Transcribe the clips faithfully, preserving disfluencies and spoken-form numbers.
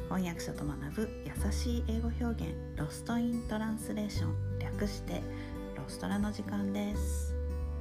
翻訳者と学ぶ優しい英語表現、ロストイントランスレーション、略してロストラの時間です。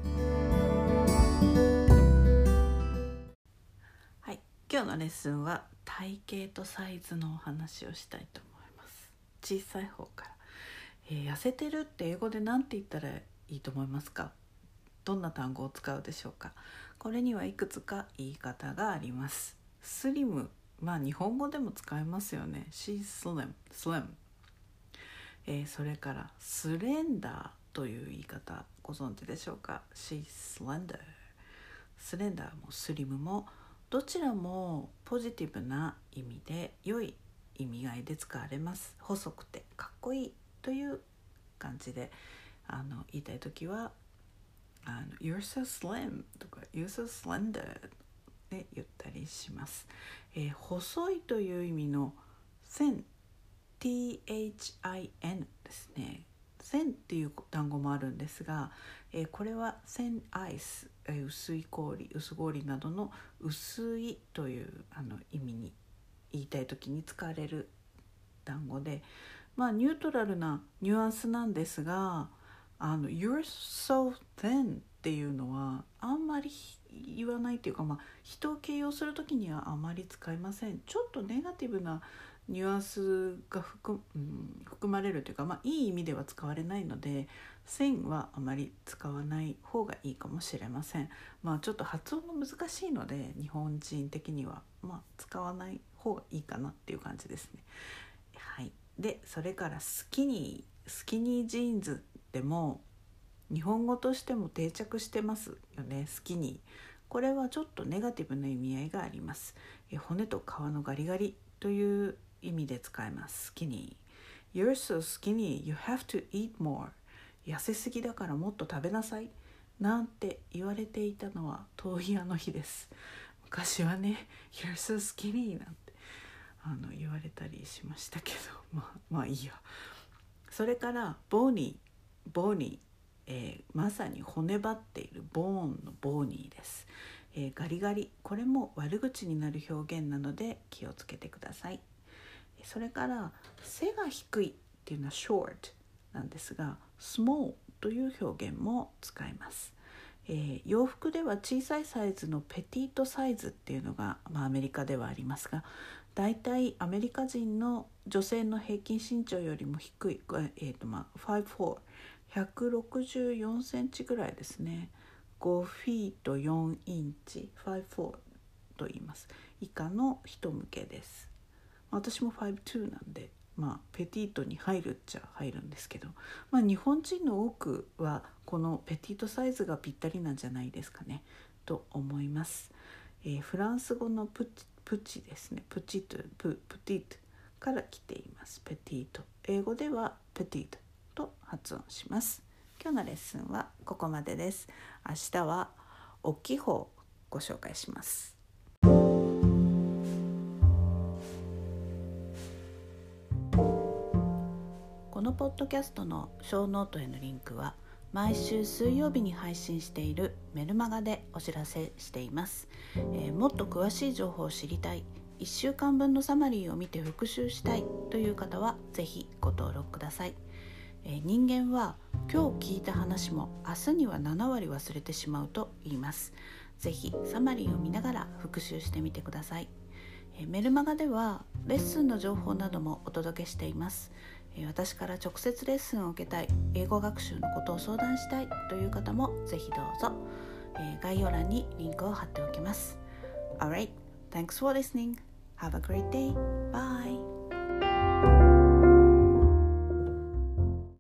はい、今日のレッスンは体型とサイズのお話をしたいと思います。小さい方から、えー、痩せてるって英語で何て言ったらいいと思いますか？どんな単語を使うでしょうか？これにはいくつか言い方があります。スリム、まあ日本語でも使えますよね。 She's slim, slim、えー、それからスレンダーという言い方ご存知でしょうか？ She's slender。 スレンダーもスリムもどちらもポジティブな意味で良い意味合いで使われます。細くてかっこいいという感じであの言いたいときはあの You're so slim とか You're so slender で言ったりします。えー、細いという意味の thin、 ティーエイチアイエヌ ですね。thin っていう単語もあるんですが、えー、これは thin ice、えー、薄い氷、薄氷などの薄いというあの意味に言いたいときに使われる単語で、まあニュートラルなニュアンスなんですが、あの You're so thin っていうのはあんまり言わないというか、まあ、人を形容するときにはあまり使いません。ちょっとネガティブなニュアンスが 含,、うん、含まれるというか、まあ、いい意味では使われないので thin はあまり使わない方がいいかもしれません。まあちょっと発音が難しいので日本人的には、まあ、使わない方がいいかなっていう感じですね。はい、でそれからスキニースキニージーンズでも日本語としても定着してますよね。スキニー、これはちょっとネガティブな意味合いがあります。え骨と皮のガリガリという意味で使えます。スキニー、 You're so skinny, you have to eat more。 痩せすぎだからもっと食べなさいなんて言われていたのは遠いあの日です。昔はね You're so skinny なんてあの言われたりしましたけど、まあ、まあいいや。それからボーニー、ボーニー、えー、まさに骨張っているボーンのボーニーです。えー、ガリガリ、これも悪口になる表現なので気をつけてください。それから背が低いっていうのは short なんですが small という表現も使います。えー、洋服では小さいサイズのペティートサイズっていうのが、まあ、アメリカではありますが、だいたいアメリカ人の女性の平均身長よりも低い、えーとまあ、ごフォー、ひゃくろくじゅうよんセンチぐらいですね。ごフィートよんインチ、ごフォーと言います。以下の人向けです。私もごツーなんで、まあ、ペティートに入るっちゃ入るんですけど、まあ、日本人の多くはこのペティートサイズがぴったりなんじゃないですかねと思います。えー、フランス語のプチ、プチですね、プチト、プ、プティートから来ています。ペティート、英語ではペティートと発音します。今日のレッスンはここまでです。明日は大きい方をご紹介します。このポッドキャストのショーノートへのリンクは毎週水曜日に配信しているメルマガでお知らせしています。えー、もっと詳しい情報を知りたい、いっしゅうかんぶんのサマリーを見て復習したいという方はぜひご登録ください。えー、人間は今日聞いた話も明日にはななわり忘れてしまうと言います。ぜひサマリーを見ながら復習してみてください。えー、メルマガではレッスンの情報などもお届けしています。私から直接レッスンを受けたい、英語学習のことを相談したいという方もぜひどうぞ。概要欄にリンクを貼っておきます。Alright, thanks for listening. Have a great day. Bye.